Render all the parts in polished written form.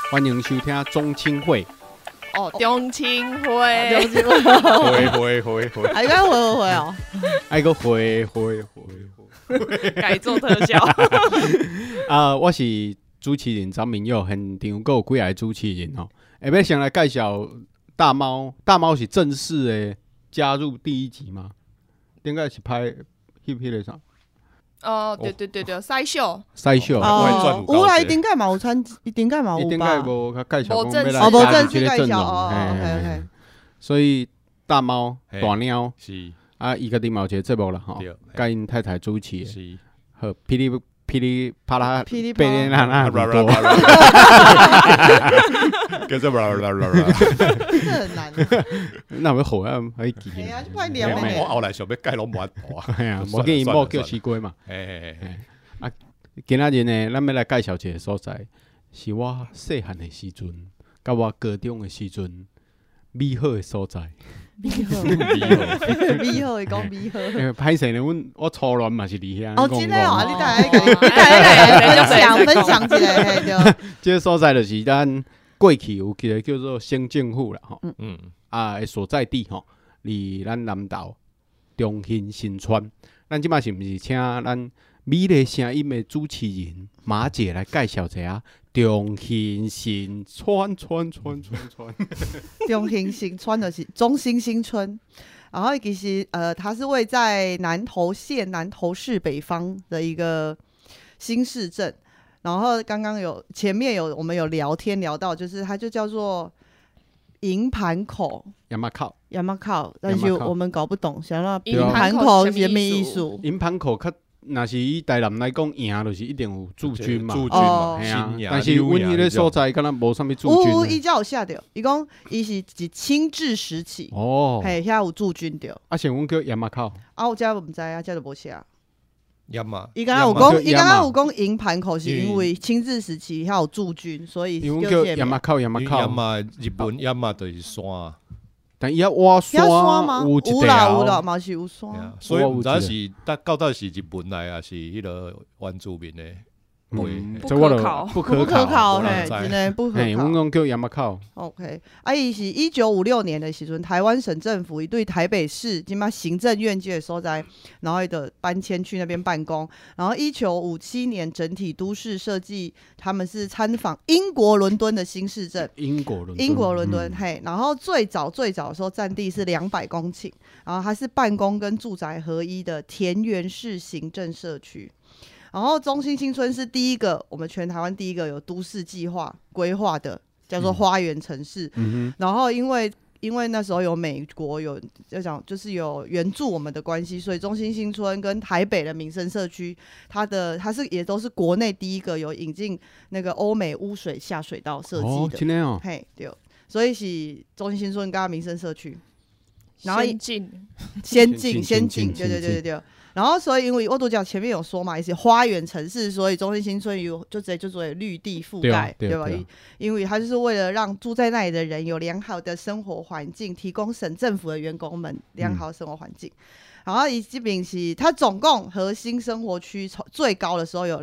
欢迎收听中青会。 哦，中青会， 中青会， 会， 还该会哦， 爱个会， 改做特效。 我是主持人张明佑，现场还有几个主持人哦。下要先来介绍大猫，大猫是正式的加入第一集吗？应该是拍迄个啥？ 哦，对，筛秀， 哦，有啦，顶界嘛有穿，顶界嘛有吧？ 顶界无较介绍讲要来无正式加入这个阵容， 哦， 所以大猫、大鸟是啊，伊家己嘛有一个节目啦吼，甲因太太主持的， 是， 和噼里啪啦， 噼里贝莲娜很多， 叫做这很难。 那要好啊，可以记。 哎呀，就快点我后来想要改拢无法度啊。 哎呀，无见伊某叫西瓜嘛。啊，今仔日呢，咱要来介绍一个所在，是我细汉的时阵，甲我高中的时阵，美好的所在。 美好，伊讲美好。 歹势呢，我初恋嘛是伫遐。 哦，真的哦，你大家分享一下，对。 这个所在就是咱过去有一个叫做省政府啦，吼，的所在地吼，离咱南投中兴新村。咱即摆是毋是请咱美丽声音的主持人马姐来介绍一下中兴新村？ 中兴新村的是中兴新村，然后其实它是位在南投县南投市北方的一个新市镇。然后刚刚前面我们有聊天聊到，就是它就叫做营盘口。 亚马靠， 但是我们搞不懂，想要营盘口是什么意思？ 营盘口较。若是以台南来讲，赢就是一定有驻军嘛，但是阮迄个所在，敢若无啥物驻军。 伊才有写着，伊讲伊是一清治时期，嘿，遐有驻军着。 啊，像阮叫亚马靠， 我遮毋知啊，遮就无写。 亚马， 伊刚刚有讲营盘口是因为清治时期遐有驻军，所以叫亚马靠。 亚马日本亚马就是山。 但伊遐挖山吗？ 有啦，嘛是有山。 所以毋知是到底是日本来啊，是迄个原住民的。 不可考， 嘿，真的不可考。 阮讲叫亚马靠。 OK， 伊是1956年的时阵，台湾省政府伊对台北市即马行政院这个所在，然后就搬迁去那边办公。然后1957年整体都市设计，他们是参访英国伦敦的新市镇。英国伦敦，嘿。然后最早的时候，占地是200公顷，然后它是办公跟住宅合一的田园式行政社区。然后中兴新村是我们全台湾第一个有都市计划规划的，叫做花园城市。然后因为那时候有美国就是有援助我们的关系，所以中兴新村跟台北的民生社区，它也都是国内第一个有引进那个欧美污水下水道设计的。 哦，真的哦。 嘿，对，所以是中兴新村跟民生社区，然后先进，对。然后，所以因为我都讲前面有说嘛，也是花园城市，所以中兴新村就直接就作为绿地覆盖，对吧？因为它就是为了让住在那里的人有良好的生活环境，提供省政府的员工们良好的生活环境。然后基本是它总共核心生活区最高的时候有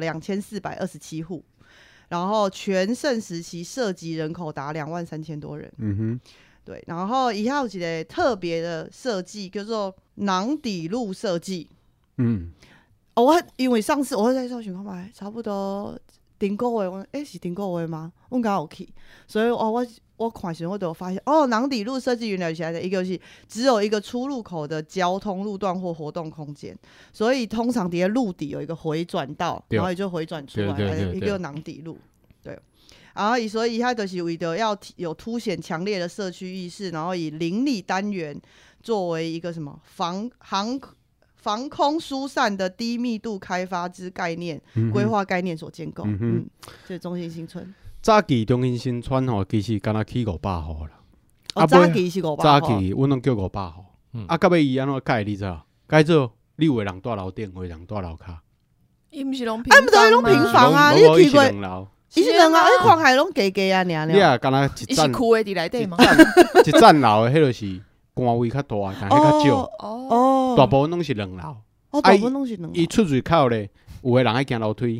2427户，然后全盛时期涉及人口达23000多人。对，然后以下有一个特别的设计叫做囊底路设计。因为上次我在搜寻看卖，差不多顶个月，是顶个月吗？我刚有去，所以我看时我就发现，囊底路设计原来起来的一个是只有一个出入口的交通路段或活动空间，所以通常在路底有一个回转道，然后也就回转出来，一个囊底路。对，然后所以它就是为了要有凸显强烈的社区意识，然后以邻里单元作为一个什么防空疏散的低密度开发之概念规划概念所建构。这是中兴新村。 早期中兴新村吼，其实敢若起500户啦。 早期是500户。 早期阮拢叫500户。到尾伊安怎改？你知道？改做你有的人住楼顶，有的人住楼骹。 伊毋是拢平房啊？你去过？伊是2楼，你看海拢低低啊， 你啊，敢若一站。 伊是区的伫内底吗？ 一站楼的，迄就是官位较大，但迄较少。大部分拢是2楼。 大部分拢是2楼。 伊出入口咧，有的人爱行楼梯，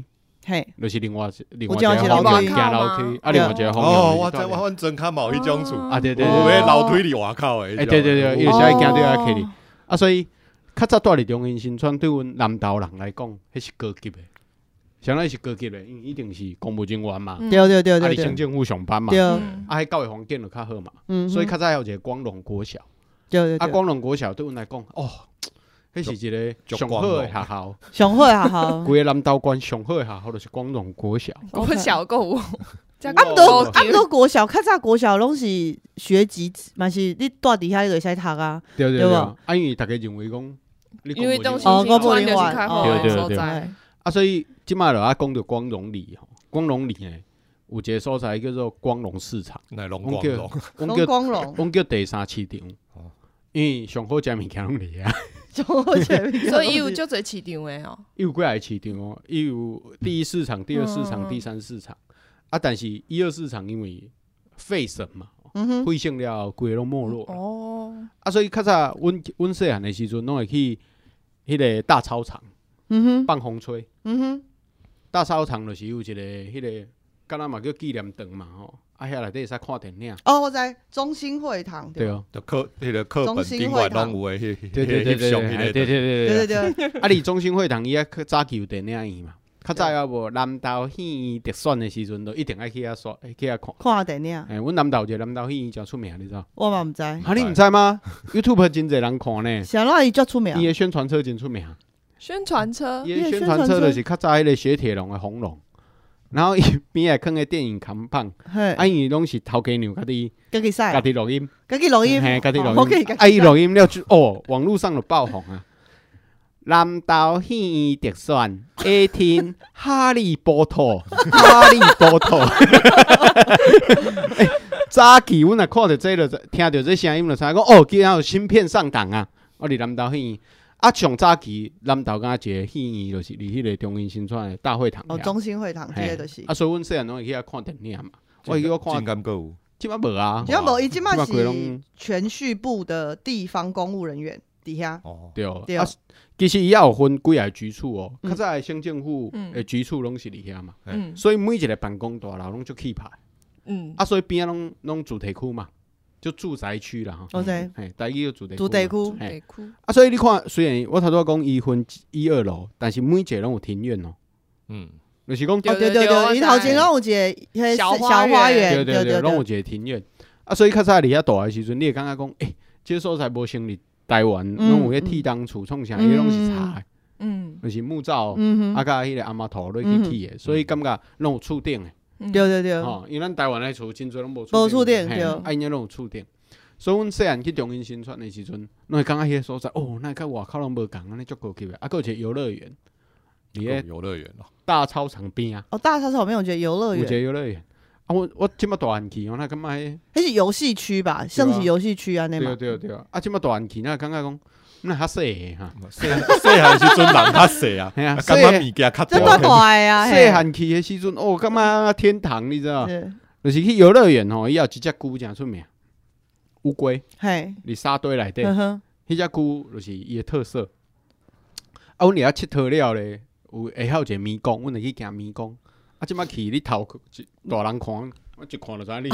嘿， 就是另外一个有一个楼梯行楼梯，啊，另外一个方哦，我知我阮真较冇迄种厝， 啊，对对有对， 迄楼梯伫外口诶， 对对对，伊就是爱行对爱去哩，啊，所以较早住伫中兴新村，对阮南投人来讲，迄是高级诶，相当于是高级诶，因为一定是公务人员嘛， 对对对啊， 对对， 伫县政府上班嘛， 对， 啊，迄教育环境就较好嘛，所以较早还有一个光荣国小，啊， 对对对， 光荣国小对阮来讲，哦，迄是一个上好诶学校， 上好学校。 规个南投县上好诶学校就是光荣国小， 国小购物， 啊，毋过国小较早国小拢是学籍制，嘛是你住伫遐就会使读啊。 对对对， 对啊，因为大家认为讲， 因为东西哦新村就是较好对对对对的所在。 啊，所以即摆就啊讲到光荣里吼，光荣里呢有一个所在叫做光荣市场， 那龙光荣， 龙光荣， 阮叫第三市场，因为上好食物件拢伫遐。 所以有足侪市场的哦。 伊有几个市场哦，伊有第一市场、第二市场、第三市场。啊，但是一二市场因为废省嘛，废省了，规个拢没落。 哦。 啊，所以较早阮细汉的时阵，拢会去迄个大操场，放风吹。大操场就是有一个迄个，敢若嘛叫纪念堂嘛吼。啊，遐内底会使看电影。 哦，我知中心会堂。 对哦， 就迄个课本顶管拢有诶， 对对对对对对对对。 啊，离中心会堂伊遐早期有电影院嘛。较早要无南投县院特选的时阵，就一定爱去遐刷，去遐看。 看电影。 阮南投一个南投县院真出名，你知道？ 我嘛毋知。啊， 你毋知吗 ？YouTube 真侪人看呢。 啥哪伊足出名？ 伊的宣传车真出名。 宣传车。 伊的宣传车就是较早迄个雪铁龙的红龙，然后伊边仔放个电影扛棒，啊，因为拢是头家娘家己录音，嘿，家己录音，啊，伊录音了就网络上就爆红啊。南投县院特选18哈利波特，哈利波特。早期阮若看到这个，听到这声音就知讲哦，竟然有新片上档啊！我伫南投县院，啊，上早期南投敢一个县院就是离迄个中兴新村的大会堂。 哦，中心会堂，这个就是。 啊，所以阮细汉拢会去遐看电影嘛。我去看。 真敢有？ 即摆无啊。 即摆无，伊即摆是全序部的地方公务人员底下。 哦，对。啊，其实伊也有分几个局处哦。较早的县政府的局处拢是伫遐嘛。所以每一个办公大楼拢足气派。啊，所以边仔拢主题区嘛，就住宅区啦。 我知。 嘿，台语叫主题区。 主题区。 啊，所以你看，虽然我头拄讲伊分1、2楼，但是每一个拢有庭院哦。就是讲， 对对对，伊头前拢有一个小花园， 对对对，拢有一个庭院。啊，所以较早伫遐大的时阵，你会感觉讲，这所在无像伫台湾，拢有迄铁当厝创啥，伊拢是柴的，就是木造，啊，甲迄个阿妈头落去起的，所以感觉拢有厝顶的。 对对对， 吼，因为咱台湾的厝真侪拢无厝顶，对， 啊，因拢有厝顶。所以阮细汉去中兴新村的时阵，拢会感觉迄个所在，那甲外口拢无共，安尼足高级的。啊，佫有一个游乐园， 游乐园哦， 大操场边啊。 哦，大操场旁边有一个游乐园， 有一个游乐园。啊，我即摆大汉去，我那感觉迄是游戏区吧，算是游戏区安尼嘛。 对。啊，即摆大汉去，那感觉讲，那较细哈。 细汉时阵人较细啊，感觉物件较大。大啊！ 细汉去的时阵，感觉天堂，你知道？就是去游乐园吼，伊有一只龟真出名，乌龟。 嘿。 伫沙堆内底，迄只龟就是伊的特色。啊，阮伫遐佚佗了咧，有下口一个迷宫，阮会去行迷宫。啊，即摆去你头大人看，我一看就知影你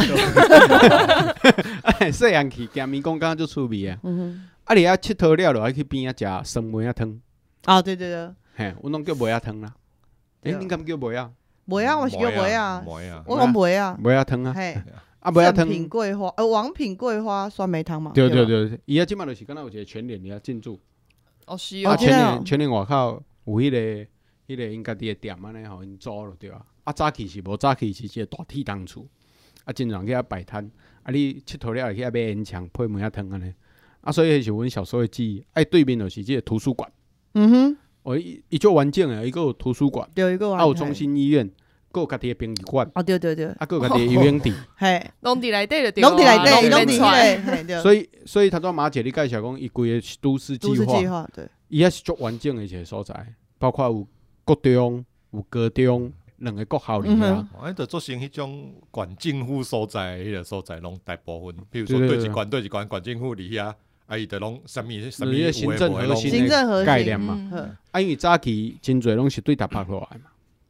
倒。细汉去行迷宫，感觉足趣味啊！啊，伫遐佚佗了，就爱去边仔食酸梅仔汤。 啊，对对对。 嘿，阮拢叫梅仔汤啦。你敢叫梅仔？ 梅仔我是叫梅仔，我讲梅仔。 梅仔汤啊。 嘿。 啊，梅仔汤。 品桂花，王品桂花酸梅汤嘛。 对，伊啊，即摆就是敢若有一个全联，伊啊进驻。 哦，是啊，全联外口有迄个因家己的店安尼吼，因租咯对啊。啊，早期是无，早期是一个大铁当厝，啊，真人去遐摆摊，啊，你佚佗了会去遐买烟肠配梅仔汤安尼，啊，所以迄是阮小时候的记忆。对面就是即个图书馆，伊足完整诶，伊个有图书馆， 对，有有中心医院，有家己的殡仪馆， 对，啊， 有家己的游泳池， 嘿， 拢伫内底就对， 拢伫内底， 所以头拄马姐你介绍讲，伊规个都市计划， 对， 伊也是足完整诶一个所在，包括有国中、有高中。2个国校里啊， 就做成迄种县政府所在，迄个所在拢大部分，譬如说对一县县政府里遐，伊就拢啥物行政核心概念嘛。因为早期真侪拢是对台北落来嘛，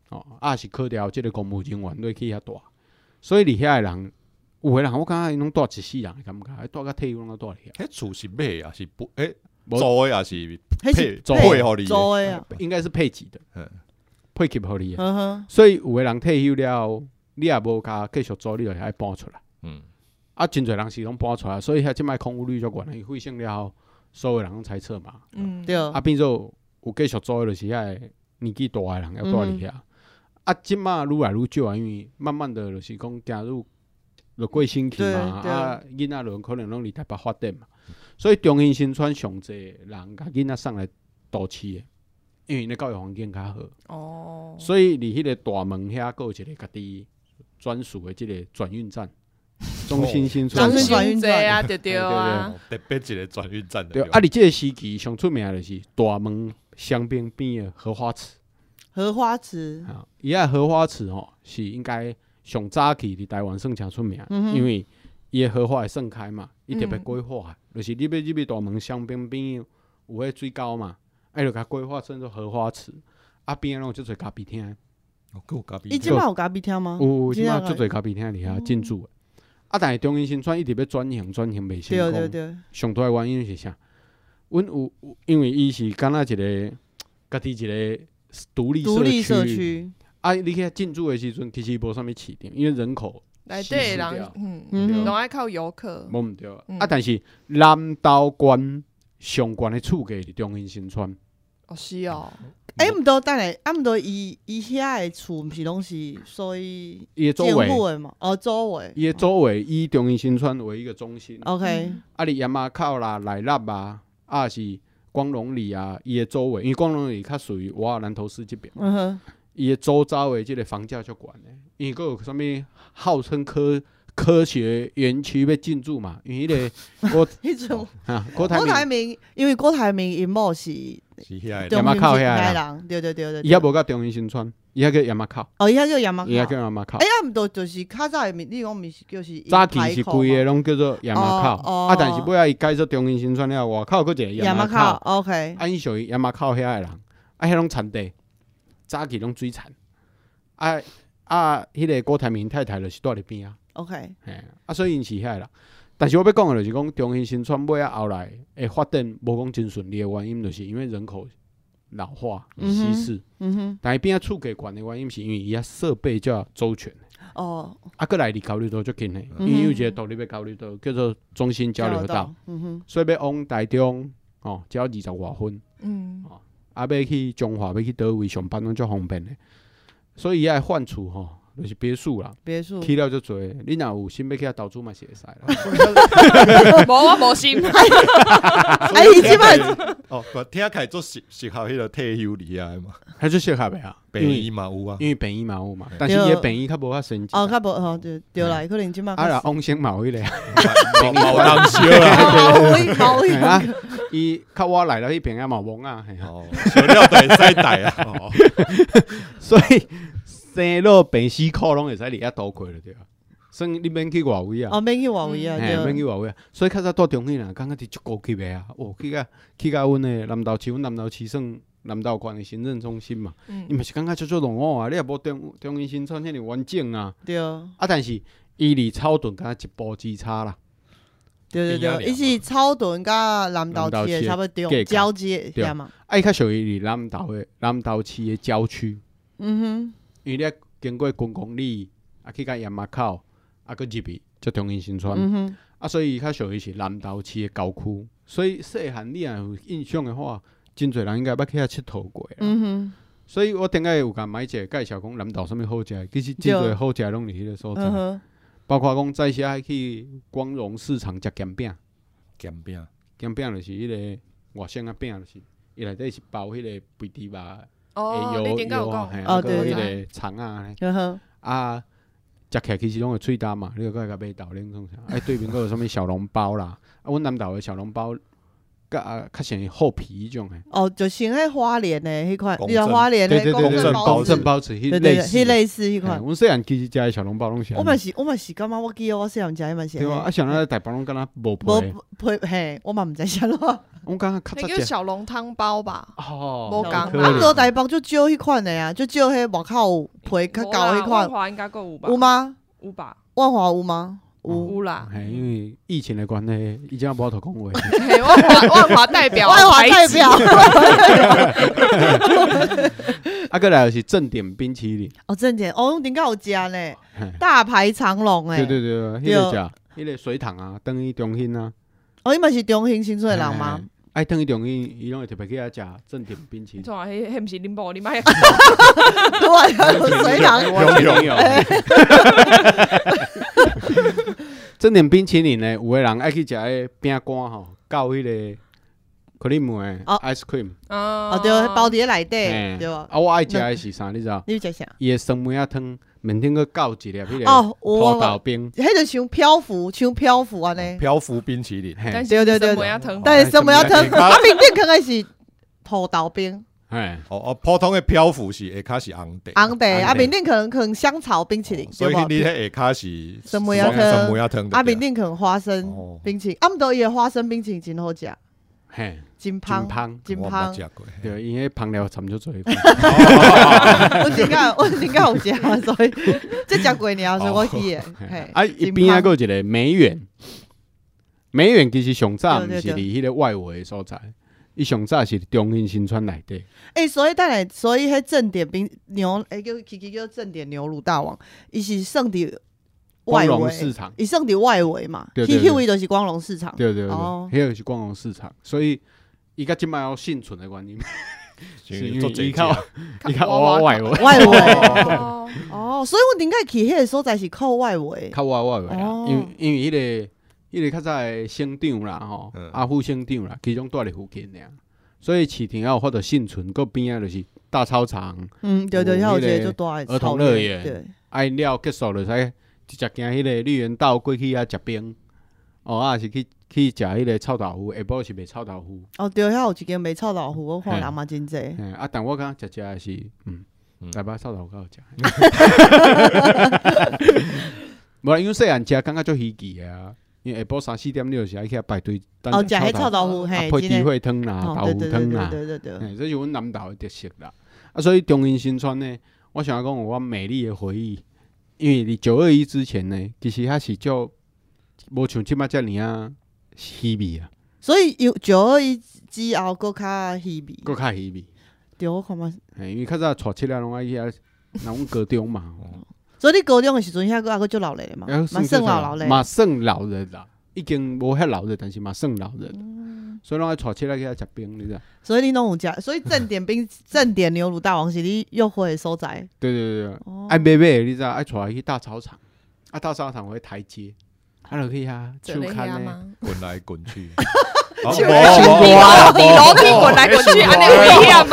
是考调即个公务人员落去遐住，所以伫遐诶人，有诶人我感觉因拢住一世人诶感觉，住到退休拢住伫遐。 迄厝是买也是不租诶也是配租互你租诶啊， 应该是配给的，配给互你嗯哼， 所以有诶人退休了，你也无甲继续租，你就爱搬出来。真侪人是拢搬出来，所以遐即摆空屋率足悬，伊废省了后，所有人拢裁撤嘛。 对。 变做有继续租诶，就是遐年纪大诶人要住伫遐。即摆愈来愈少啊，因为慢慢的就是讲行入就过身去嘛，囡仔可能拢伫台北发展嘛，所以中兴新村上侪人甲囡仔送来都市诶，因为因教育环境较好。所以伫迄个大门遐，佫有一个家己专属诶即个转运站。中兴新村转运站啊，对啊， 特别一个转运站。 对，伫即个时期上出名就是大门乡边边的荷花池。 荷花池， 伊个荷花池是应该上早期伫台湾算诚出名，因为伊个荷花会盛开嘛，伊特别规划，就是你要入去大门乡边边有迄水沟嘛，就甲规划成做荷花池，边仔拢有足侪咖啡厅。 伊即摆有咖啡厅吗？ 有，即摆足侪咖啡厅伫遐进驻。但是中兴新村一直要转型袂成功。 对。 上大原因是啥？阮有，因为伊是敢若一个家己一个独立社区。你去进驻的时阵，其实无啥物市场，因为人口内底人，拢爱靠游客。 无毋对。但是南投县上悬的厝价是中兴新村。 是哦。 毋过等下，毋过伊遐的厝，毋是拢是属于政府的嘛？周围。 伊的周围以中兴新村为一个中心。 OK。 你盐仔口啦、内壢啊，是光荣里啊，伊的周围，因为光荣里较属于瓦尔南投市这边。伊的周遭的即个房价足悬的，因为佫有啥物号称科学园区要进驻嘛？因为迄个郭台铭， 因为郭台铭因某是盐仔口遐人，对。 伊遐无甲中兴新村，伊遐叫盐仔口。 伊遐叫盐仔口。 伊遐叫盐仔口。 毋过就是较早的你讲咪是就是早期是规个拢叫做盐仔口，但是尾仔伊改做中兴新村了，外口佫一个盐仔口。 OK。 伊属于盐仔口遐的人，遐拢产地，早期拢水产。迄个郭台铭太太就是住伫边啊。 OK。 所以因是遐啦。但是我要讲的就是讲，中兴新村尾后来会发展无讲真顺利的原因，就是因为人口老化稀释。但是边仔厝价悬的原因，是因为伊遐设备较周全。过来离交流道足近的，因为有一个独立的交流道叫做中兴交流道。所以要往台中只要20外分。要去中华，要去倒位上班拢足方便的。所以伊爱换厝就是别墅啦，去了就多。你若有心要去遐投资嘛是会使啦。 无我无心。 伊即摆听起来做适合迄个退休离啊嘛， 还是适合的啊。 便宜嘛有啊， 因为便宜嘛有嘛，但是伊的便宜较无遐升级。 较无对啦，可能即摆。 往生嘛有迄个， 冇当烧啦。伊较我来了迄边啊嘛懵啊， 材料都会使带啊。 所以。生老病死苦拢会使伫遐度过了对啊，所以你免去外围啊。 免去外围啊， 免去外围啊。所以较早住中兴人，感觉伫足高级的啊。去甲阮的南投市，阮南投市算南投县的行政中心嘛。伊嘛是感觉足浓厚啊，你也无中兴新村遐尼完整啊。 对。 但是伊离草屯敢一步之差啦。 对，伊是草屯甲南投市的差不多交接遐嘛。 伊较属于南投市的郊区。因为你经过军公里，去到盐仔口，佫入去就中兴新村。所以伊较属于是南投市的郊区。所以细汉你若有印象的话，真侪人应该捌去遐佚佗过啦。所以我顶下有甲买一个介绍讲南投啥物好食，其实真侪好食拢伫迄个所在。包括讲早时还去光荣市场食咸饼。咸饼就是迄个外省仔饼，就是伊内底是包迄个肥猪肉。 你顶有讲， 迄个肠啊，食起来其实拢会脆焦嘛，你个甲买豆奶创啥？对面佫有啥物小笼包啦？阮南投的小笼包较像厚皮迄种诶。 哦，就像迄花莲诶迄款，你讲花莲诶公正包子， 对对，迄类似迄款。 阮细汉其实食诶小笼包拢是。 我嘛是感觉我记得我细汉食迄嘛是。 对啊，像咱台北拢敢若无皮。 嘿，我嘛毋知啥咯。 我感觉较早那个小笼汤包吧。 哦， 无讲。 啊，做台北就少迄款诶啊，就少迄外口有皮较厚迄款。 万华应该够有吧？ 有吗？ 有吧？ 万华有吗？ 有啦。 因为疫情的关系，已经无法度讲话。 万华代表， 万华代表。 啊，过来就是正点冰淇淋。 哦，正点，哦，顶下有食呢，大排长龙诶。 对，迄个食，迄个水塘啊，等于中兴啊。 哦，伊嘛是中兴新村的人吗？ 爱等于中兴，伊拢会特别去遐食正点冰淇淋。 错，迄毋是恁某，你妈。 水塘。 正点冰淇淋呢，有的人爱去食迄饼干吼，到迄个 cream 的 ice cream。 哦，对，包伫内底，对吧？ 啊，我爱食的是啥？你知道？ 你食啥？ 伊的酸梅仔汤面顶个搞一粒迄个土豆冰， 迄就像漂浮安尼。 漂浮冰淇淋， 对， 酸梅仔汤， 但是酸梅仔汤，啊面顶可能是土豆冰。 普通的漂浮是下骹是红茶，啊面顶可能香草冰淇淋， 所以你迄下骹是酸梅仔汤，啊面顶可能花生冰淇淋，啊毋过伊的花生冰淇淋真好食， 嘿， 真香， 对，因为香料掺足多。 我真敢有食，所以这食过年所以我去的。 啊，伊边还有一个梅园其实上早毋是伫迄个外围所在。伊上早是中兴新村内底， 所以迄正点牛，叫正点牛乳大王，伊是算伫外围市场，伊算伫外围嘛，迄位就是光荣市场， 对，迄个是光荣市场，所以伊甲即摆要幸存的原因，是因为伊靠外围， 哦，所以阮顶解去迄个所在是靠外围， 啦，因为迄个较早的省长啦吼，副省长啦，其中住伫附近尔，所以市场还有法度幸存，佮边仔就是大操场， 对，还有一个就大儿童乐园，因了结束就使直接行迄个绿园道过去遐食冰，是去食迄个臭豆腐，下晡是卖臭豆腐。 哦，对，遐有一间卖臭豆腐，我看人嘛真济。 但我感觉食的是，台北臭豆腐较好食。无，因为细汉食感觉足稀奇的啊。因为下晡3、4点你就是爱去排队等食迄臭豆腐， 配猪血汤啦、豆腐汤啦， 对， 这是阮南投的特色啦。所以中兴新村呢，我想要讲有我美丽的回忆，因为伫921之前呢，其实遐是足无像即摆遮尔啊稀微啊。 所以有921之后，搁较稀微， 对，我看嘛， 因为较早带七仔拢爱去遐，阮高中嘛。 所以你高中的时阵，遐个足老嘞嘛，嘛算老嘞， 嘛算老人啦，已经无遐老人，但是嘛算老人，所以拢爱带起来去遐食冰，你知道？ 所以你拢有食，所以正点牛乳大王是你约会的所在。 对，爱买你知道？爱带去大操场，大操场有台阶，就去遐手看呢， 滚来滚去。 你楼梯滚来滚去，安尼危险无？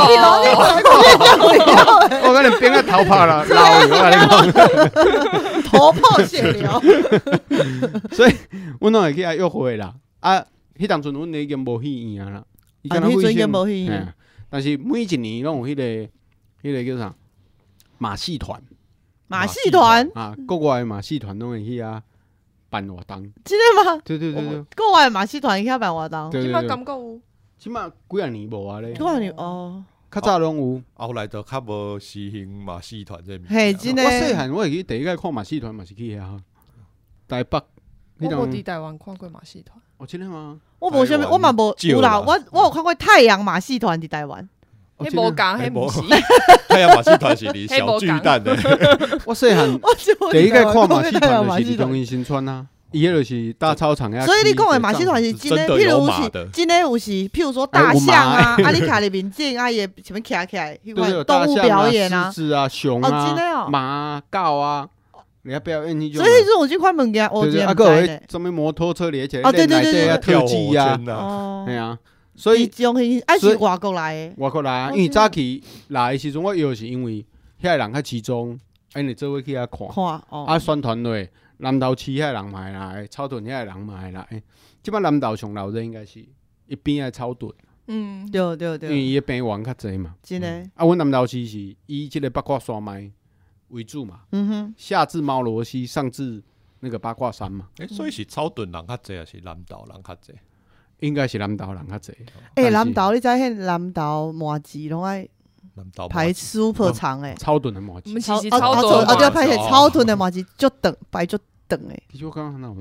我可能边个逃跑了，老油啊！你讲头破血流。 所以，阮拢会去遐约会啦。迄当阵阮已经无戏院啦。 迄阵已经无戏院。 但是每一年拢有迄个叫啥马戏团。 国外的马戏团拢会去遐办活动。 真的吗？ 对。 国外马戏团去遐办活动。 即摆感觉有？ 即摆几啊年无啊咧？ 几啊年哦。 较早拢有， 后来就较无实行马戏团这物。 嘿，真的。 我细汉我会去第一个看马戏团嘛是去遐台北。 我无伫台湾看过马戏团。 真的吗？ 我无啥物，我嘛无有啦。我有看过太阳马戏团伫台湾。 迄无讲，迄无是。 太阳马戏团是离小巨蛋的。 我细汉第一个看马戏团就是伫中兴新村啊。伊迄就是大操场遐， 所以你讲的马戏团是真的，譬如是真的有是，譬如说大象啊，你徛伫面顶啊，伊前面徛起来，迄款动物表演啊， 狮子啊、熊啊、马啊、狗啊，你要表演迄种。 所以说有即款物件，我真唔知咧。 什么摩托车咧， 哦对， 特技啊，系啊，所以中兴还是外国来的， 因为早期来的时阵，我以为是因为遐人较集中，因为做伙去遐看，宣传落。南投市遐人嘛会来，草屯遐人嘛会来。即摆南投上老热应该是伊边仔草屯， 对， 因为伊边缘较济嘛。 真的。 啊，阮南投市是以即个八卦山脉为主嘛，下至猫罗溪，上至那个八卦山嘛。 所以是草屯人较济，还是南投人较济？ 应该是南投人较济。 南投你知迄南投麻糍拢爱排 super 长草屯的麻糍。 其实草屯对，排草屯的麻糍就长排就长诶。 其实我感觉那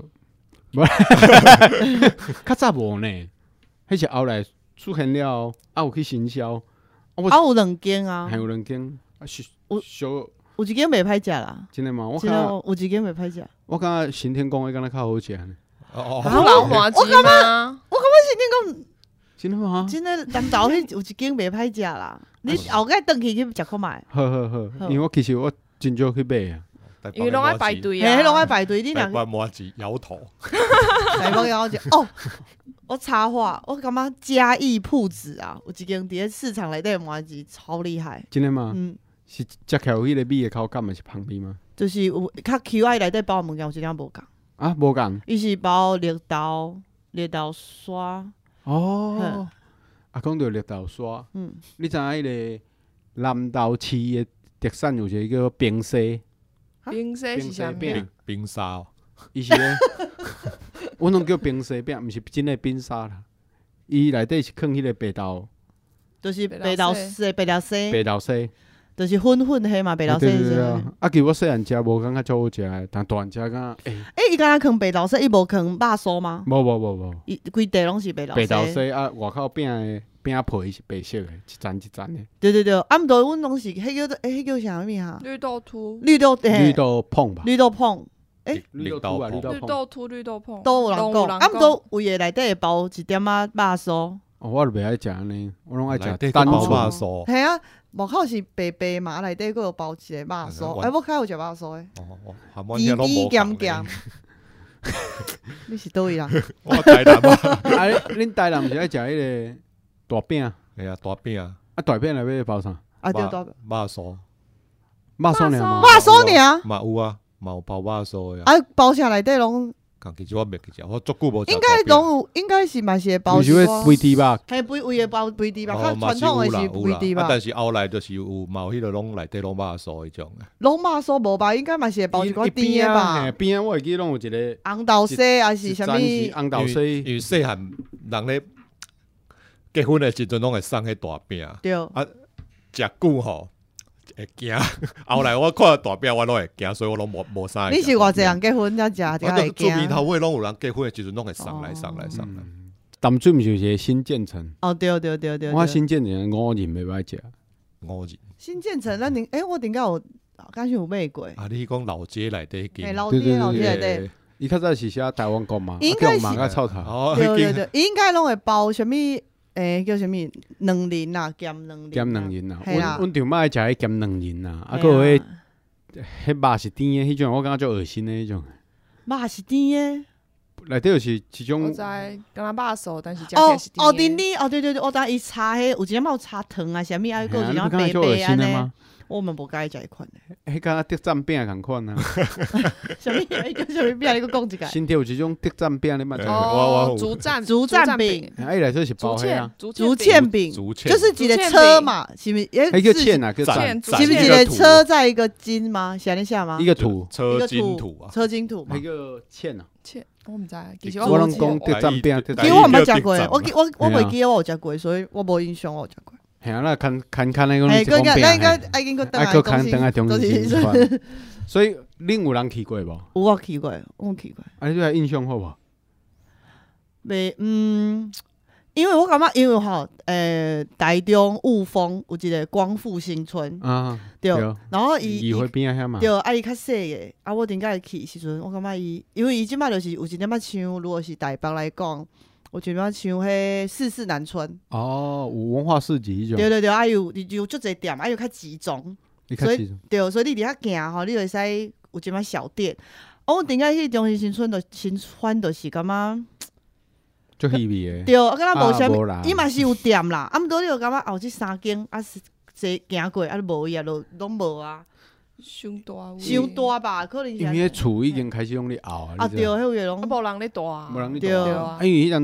较早无呢，迄是后来出现了，有去行销。 有两间啊， 还有两间， 有一间袂歹食啦。 真的吗？我看有一间袂歹食。 我感觉新天宫迄敢若较好食呢。 老麻糍吗？ 我感觉新天宫真的吗？ 真的南投迄有一间袂歹食啦。你后摆转去食看卖。 好，因为我其实我真少去买啊。 因为拢爱排队啊， 迄拢爱排队。你台湾麻糍摇头。 台湾摇头哦，我插话，我感觉嘉义铺子啊，有一间伫咧市场内底麻糍超厉害。 真的吗？是食起来有迄个米的口感，还是香味吗？ 就是有较 Q 爱内底包物件有一点无共。 啊，无共。 伊是包绿豆沙。 哦。啊，讲到绿豆沙，你知影迄个南投市的特产有一个叫冰沙。 冰沙是啥物？ 冰沙， 伊是咧，阮拢叫冰沙饼，毋是真诶冰沙啦。伊内底是放迄个白豆， 就是白豆沙，就是粉迄嘛，白豆沙。 对。啊，其实我细汉食无感觉足好食诶，但大汉食感觉伊敢若放白豆沙，伊无放肉酥吗？ 无。 伊规地拢是白豆沙。 白豆沙啊，外口饼诶饼皮是白色诶，一层一层诶。 对，啊，毋过阮拢是迄叫啥物啊？ 绿豆凸。 绿豆碰吧。 绿豆碰。 绿豆凸啊， 绿豆碰。 都有人讲，啊，毋过有诶内底会包一点仔肉酥。 我就袂爱食安尼，我拢爱食单纯肉酥。 系啊，外口是白嘛，内底佫有包一个肉酥。我较有食肉酥诶。甜咸。你是倒位人？ 我台南啊。 恁台南是爱食迄个大饼？ 系啊，大饼。 啊，大饼内底包啥？ 啊，对，大肉酥。 肉酥尔吗？ 肉酥尔。 嘛有啊，嘛有包肉酥诶。 啊，包啥内底拢？ 其实我袂记食，我足久无食。 应该拢有，应该是嘛是会包。 就是肥猪肉。 嘿，胃会包肥猪肉，较传统诶是肥猪肉。 但是后来就是有嘛有迄个拢内底拢肉酥迄种诶。 拢肉酥无吧？应该嘛是会包一寡甜诶吧？ 边我会记拢有一个红豆沙还是啥物？ 红豆沙。 因为细汉人咧结婚诶时阵拢会送迄大饼。 对。 啊，食久吼。会惊，后来我看到大饼，我拢会惊，所以我拢无啥。 你是偌济人结婚才食，才会惊。 厝边头尾拢有人结婚的时阵，拢会送来。 淡水毋是有一个新建成？ 哦，对。 我新建成五仁袂歹食。 5仁。 新建成，咱我顶下有，敢是有买过。 啊，你讲老街内底间。 老街内底。 伊较早是写台湾国嘛， 应该是个臭头。 对，应该拢会包啥物？叫啥物两仁啊，咸两仁啊，阮就莫爱食迄咸两仁啊，啊，佮有迄肉是甜诶，迄种我感觉足恶心诶，迄种。 肉是甜诶， 内底就是一种。 我知，敢若肉酥，但是食起来是甜诶。对，我知伊炒迄有一点仔有炒糖啊，啥物啊，佮有一点白白安尼。我们无介意食迄款诶。 迄敢若特产饼共款啊。 啥物？叫啥物饼？你佮讲一下。 新店有一种特产饼，你捌食？ 哦，竹盏饼。 伊内底是包迄啊。 竹堑饼，就是一个车嘛，是毋是？ 迄叫堑啊，叫是不是一个车在一个金吗？是安尼写吗？ 一个土， 车金土啊。 车金土嘛。 迄个堑啊。 堑，我毋知。其实我拢讲特产饼， 其实我毋捌食过，我袂记我有食过，所以我无印象我有食过。 系啊，那看那个， 咱应该爱经过等下中心新村，所以恁有人去过无？ 有我去过，我去过。 啊，你对印象好无？ 袂，因为我感觉，因为吼，台中雾峰有一个光复新村啊，对，然后伊会边啊遐嘛， 对，啊伊较细个，啊我顶下去时阵，我感觉伊，因为伊即摆就是有一点仔像，如果是台北来讲。有一点像迄44南村哦，有文化市集迄种。 对，啊有足侪店，啊有较集中，所以你伫遐行吼，你就会使有一点小店。我顶下去中心新村就是感觉足稀微诶。 对，啊，敢若无啥物，伊嘛是有店啦，啊，毋过你就感觉后即3间啊是坐行过啊，无伊啊，拢无啊。 伤大吧，可能是。 因为厝已经开始用咧熬啊。 啊对，迄个拢无人咧住啊。 无人咧住啊。因为迄当阵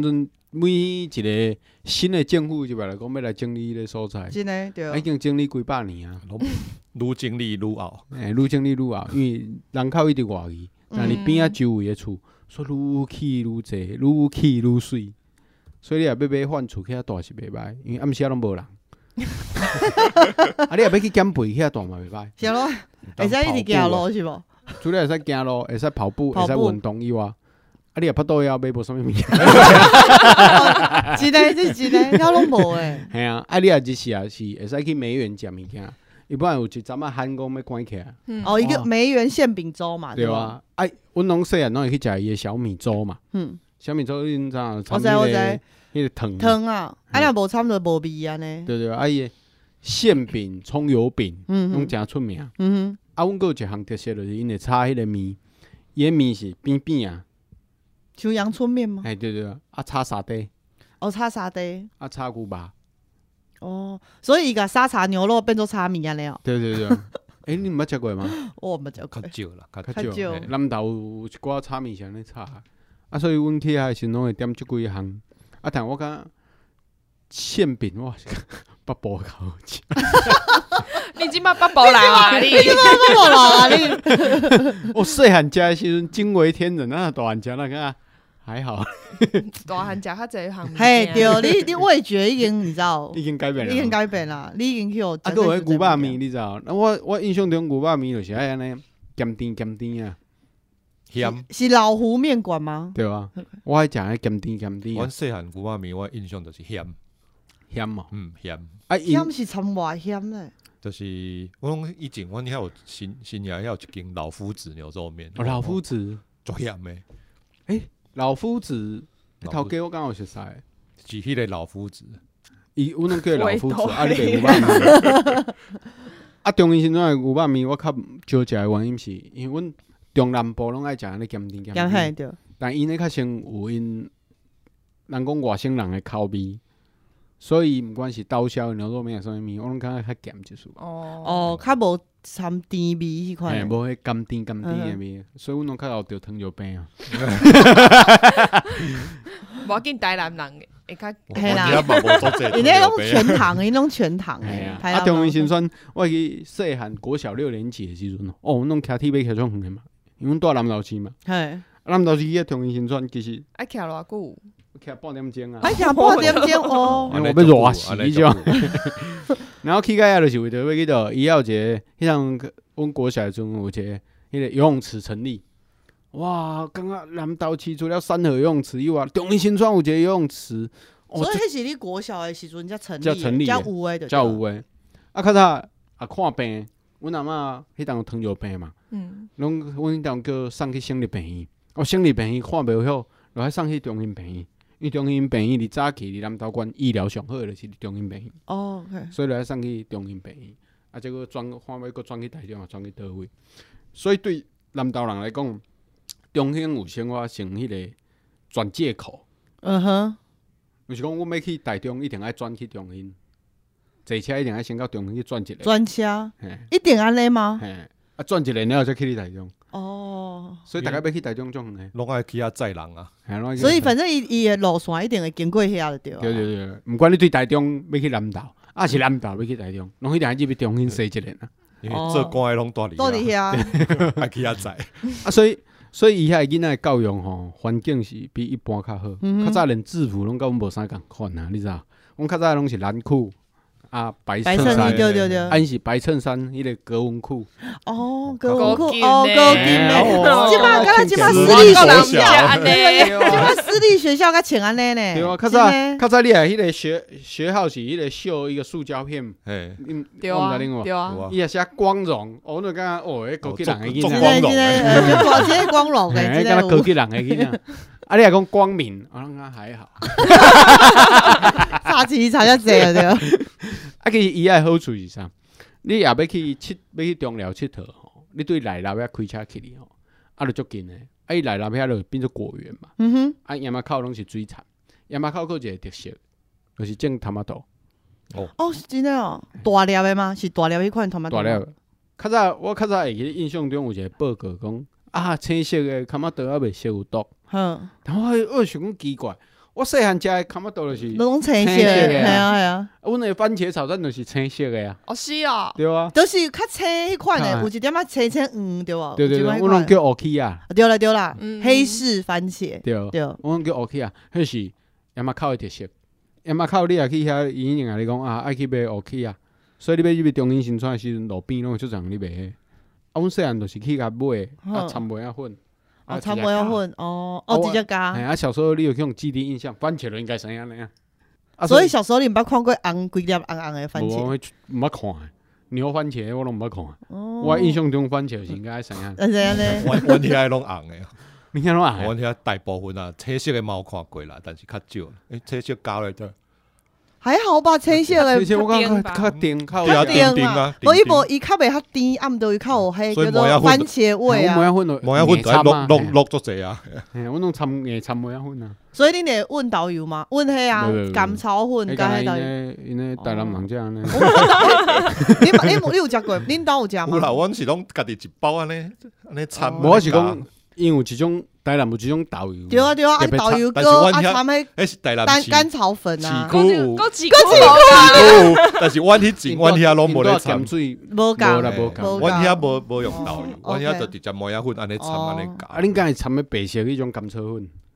每一个新的政府就来讲要来整理迄个所在， 真的对， 已经整理几百年啊， 愈整理愈后， 愈整理愈后，因为人口一直外移，但你边啊周围的厝，所以愈起愈济，愈起愈水，所以你若要买换厝，遐大是袂歹，因为暗时拢无人。啊，你若要去减肥，遐大嘛袂歹。 是咯，会使一直行路是无？ 除了会使行路，会使跑步，会使运动以外，啊，你若拍倒腰买无啥物物件。 真的，这真的，遐拢无诶。 系啊，啊，你若日时也是会使去梅园食物件，伊本来有一阵啊喊讲要关起来。 哦，一个梅园馅饼粥嘛， 对啊，啊，阮拢细汉拢会去食伊的小米粥嘛。小米粥你知影？ 我知， 迄个汤。 汤啊，啊，若无差不多无味安尼。 对，啊，伊的馅饼、葱油饼，拢诚出名。啊，阮佫有一项特色，就是因会炒迄个面，伊的面是扁扁啊， 像阳春面吗？ 哎，对，啊，炒沙茶， 哦，炒沙茶， 啊，炒牛肉。哦， 所以伊甲沙茶牛肉变做炒面安尼哦。 对，哎，你毋捌食过吗？ 我毋捌食过， 较少啦， 较少。 南投有一寡炒面是安尼炒，啊，所以阮去遐时拢会点即几项。啊，但我感觉馅饼哇，北部较好食。 你即摆北部人啊？你即摆北部人啊？你我细汉食的时阵惊为天人，啊，大汉食那个还好。 大汉食较济项物件。 嘿，对，你味觉已经你知道， 已经改变了， 已经改变啦，你已经去有。 啊，佫有迄牛肉面，你知道？我印象中牛肉面就是爱安尼咸甜啊。 咸是老湖面馆吗？ 对啊，我爱食迄咸甜。 阮细汉牛肉面，我印象就是咸嘛， 咸。 啊，咸是参偌咸咧？ 就是阮以前阮遐有新野遐有一间老夫子牛肉面。 哦，老夫子足咸诶。 老夫子头家我刚好熟悉， 是迄个老夫子。 阮拢叫老夫子，啊，你卖牛肉面。啊，中医时阵的牛肉面我较少食的原因是，因为阮中南部拢爱食安尼咸甜。 对。 但因咧较先有因，人讲外省人的口味，所以毋管是刀削的牛肉面啥物面，我拢感觉较咸一丝。 哦，较无掺甜味迄款。 嘿，无迄甘甜的味，所以阮拢较有着糖尿病啊。 无要紧，台南人会较。 嘿啦，因迄拢全糖，因拢全糖诶。 啊，中医辛酸，我去细汉国小6年级的时阵，阮拢骑铁马骑足远的嘛，因为阮住南投市嘛。嘿。南投市去中医辛酸，其实爱骑偌久？ 骑半点钟啊！ 爱骑半点钟哦， 我要热死种。然后去到遐就是为着要去到，伊有一个，迄项阮国小的时阵有一个，迄个游泳池成立。哇，感觉南投市除了三河游泳池以外，中医辛酸有一个游泳池。 所以迄是你国小的时阵才成立， 才有诶， 才有诶。啊，较早啊看病，阮阿嬷迄当有糖尿病嘛，拢阮迄当叫送去省立病院。省立病院看袂好，就爱送去中心病院。因为中心病院伫早期伫南投县医疗上好的就是中心病院。 哦， 所以就爱送去中心病院。啊，结果看要搁转去台中啊，转去倒位。所以对南投人来讲，中兴有生活成迄个转介口。就是讲，阮要去台中，一定爱转去中兴。坐车一定爱先到中兴去转一个。 转车？一定安尼吗？ 啊，转一个然后再去你台中。 哦。 所以大家要去台中种诶， 拢爱去遐载人啊。 所以反正伊诶路线一定会经过遐就对。 对，毋管你对台中要去南投，啊是南投要去台中，拢一定爱入去中兴坐一个啊。 因为做官诶拢住伫遐， 爱去遐载。 啊，所以伊遐囡仔诶教育吼，环境是比一般较好。较早连制服拢甲阮无啥共款啊，你知道？阮较早拢是蓝裤啊，白衬衫， 对。 安是白衬衫，迄个格纹裤。 哦，格纹裤，哦，高级诶。即摆私立学校，即摆私立学校甲穿安尼呢。 对啊，较早你诶迄个学号是迄个绣一个塑胶片， 对啊， 伊也写光荣，我就感觉哦，迄高级人诶囡仔， 真光荣诶， 敢若高级人诶囡仔。啊，你若讲光明，我感觉还好。 差钱差遮济啊，对。 啊，其实伊爱好处是啥？你也要去中寮佚佗吼，你对内陆遐开车去哩吼，啊，就足近诶。啊，伊内陆遐就变做果园嘛。啊，山仔口拢是水产，山仔口有一个特色，就是种토마토。 哦，是真诶哦，大粒诶吗？是大粒迄款토마토。 大粒。我较早会记印象中有一个报告讲，啊，青色诶토마토啊未熟有毒。但我想讲奇怪。 我细汉食的卡马豆就是拢青色的，系啊系啊。 阮的番茄炒蛋就是青色的啊。 哦是啊， 对啊。 就是较青迄款的，有一点仔青青黄，对无？ 对，阮拢叫乌起啊。 对啦，黑式番茄。 对，阮拢叫乌起啊，迄是亚马口的特色。亚马口你也去遐医院啊，你讲啊，爱去买乌起啊，所以你要入去中英新村的时阵，路边拢有足侪人咧卖迄。啊，阮细汉就是去甲买，掺梅仔粉。 掺梅仔粉，直接加。 哎，小时候你有这种既定印象，番茄就应该怎样呢？ 所以小时候你毋捌看过规粒红的番茄？ 我毋捌看，牛番茄我拢毋捌看。我印象中番茄是应该怎样？ 怎样呢？ 阮遐拢红的， 你遐拢红。 阮遐大部分啊，青色的嘛有看过啦，但是较少。青色加落去。 还好吧，青色的我感觉较甜，较甜啊。无伊较袂较甜，啊，毋着伊较有迄叫做番茄味啊。 梅仔粉就落足济啊。 嘿，阮拢掺梅仔粉啊。 所以恁会问导游吗？问迄啊，甘草粉加迄导游。 因为台南人这样呢。 你有食过？恁兜有食吗？ 有啦，阮是拢家己一包安尼掺。 我是讲，因为有一种台南有一种导游。 对啊，导游哥啊，掺迄甘草粉啊。 市区有， 但是阮遐拢无咧掺水， 无讲， 阮遐无用导游，阮遐就直接梅仔粉安尼掺安尼加。 啊，恁敢会掺迄白色迄种甘草粉？